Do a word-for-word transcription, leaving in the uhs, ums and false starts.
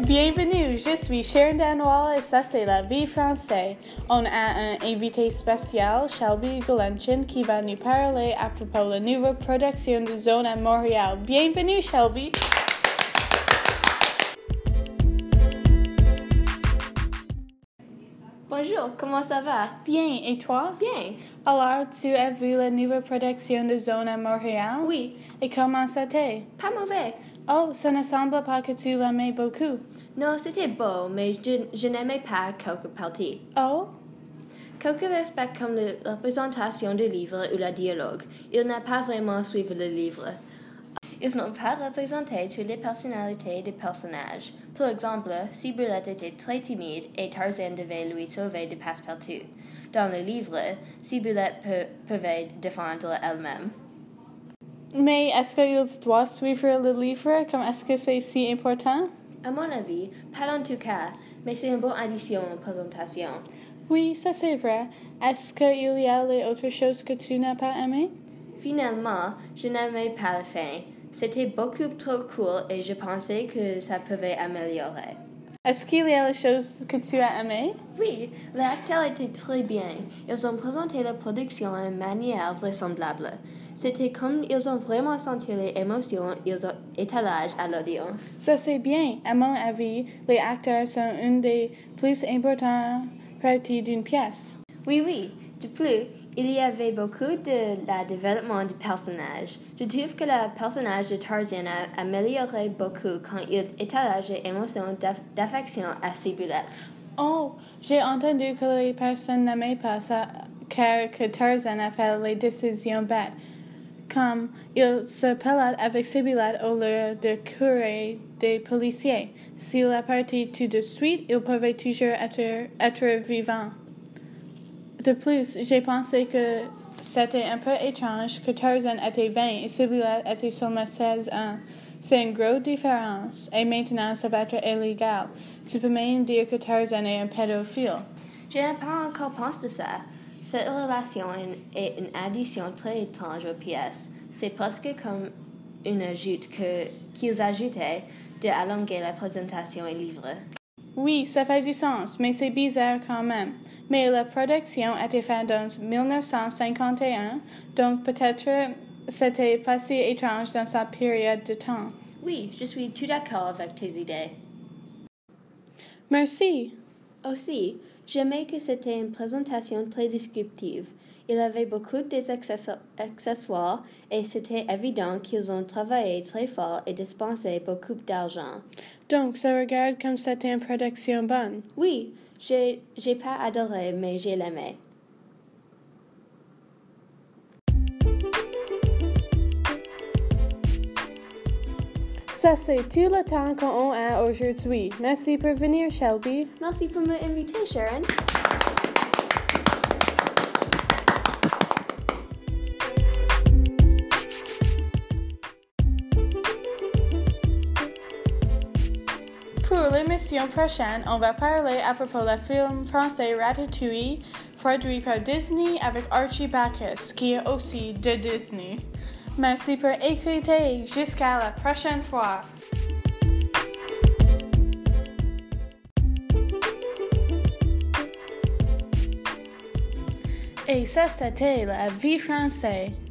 Bienvenue, je suis Sharon Danois et ça c'est La Vie française. On a un invité spécial, Shelby Galenchin, qui va nous parler à propos de la nouvelle production de Zone à Montréal. Bienvenue, Shelby. Bonjour, comment ça va? Bien, et toi? Bien. Alors, tu as vu la nouvelle production de Zone à Montréal? Oui. Et comment c'était? Pas mauvais. Oh, ça ne semble pas que tu l'aimais beaucoup. Non, c'était beau, mais je, je n'aimais pas quelques parties. Oh? Quelques aspects comme le- la présentation du livre ou le dialogue, il n'a pas vraiment suivi le livre. Ils n'ont pas représenté toutes les personnalités des personnages. Par exemple, Ciboulette était très timide et Tarzan devait lui sauver de passe-partout. Dans le livre, Ciboulette peut, pouvait défendre elle-même. Mais est-ce qu'il doit suivre le livre? Comme est-ce que c'est si important? À mon avis, pas en tout cas, mais c'est une bonne addition en présentation. Oui, ça c'est vrai. Est-ce qu'il y a les autres choses que tu n'as pas aimées? Finalement, je n'aimais pas la fin. C'était beaucoup trop court et je pensais que ça pouvait améliorer. Est-ce qu'il y a les choses que tu as aimées? Oui, l'acteur était très bien. Ils ont présenté la production d'une manière vraisemblable. C'était comme ils ont vraiment senti les émotions ils ont étalées à l'audience. Ça c'est bien. À mon avis, les acteurs sont une des plus importantes parties d'une pièce. Oui, oui. De plus, il y avait beaucoup de la développement du personnage. Je trouve que le personnage de Tarzan a amélioré beaucoup quand il étalait les émotions d'aff- d'affection à Ciboulette. Oh, j'ai entendu que les personnes n'aimaient pas ça car que Tarzan a fait les décisions bêtes. Comme il se pelade avec Ciboulette au lieu de courir des policiers. S'il est parti tout de suite, il pouvait toujours être, être vivant. De plus, j'ai pensé que c'était un peu étrange que Tarzan était vingt et Ciboulette était seulement seize ans. C'est une grosse différence. Et maintenant, ça va être illégal. Tu peux même dire que Tarzan est un pédophile. Je n'ai pas encore pensé à ça. Cette relation est une addition très étrange aux pièces. C'est presque comme une ajoute que, qu'ils ajoutaient de allonger la présentation et livre. Oui, ça fait du sens, mais c'est bizarre quand même. Mais la production a été faite en dix-neuf cent cinquante et un, donc peut-être c'était pas si étrange dans sa période de temps. Oui, je suis tout d'accord avec tes idées. Merci. Aussi, j'aimais que c'était une présentation très descriptive. Il y avait beaucoup d'accessoires et c'était évident qu'ils ont travaillé très fort et dépensé beaucoup d'argent. Donc, ça regarde comme c'était une production bonne. Oui, j'ai, j'ai pas adoré, mais j'ai l'aimé. Ça, c'est tout le temps qu'on a aujourd'hui. Merci pour venir, Shelby. Merci pour m'inviter, Sharon. Pour l'émission prochaine, on va parler à propos du film français Ratatouille, produit par Disney avec Archie Bacchus, qui est aussi de Disney. Merci pour écouter. Jusqu'à la prochaine fois. Et ça, c'était La Vie française.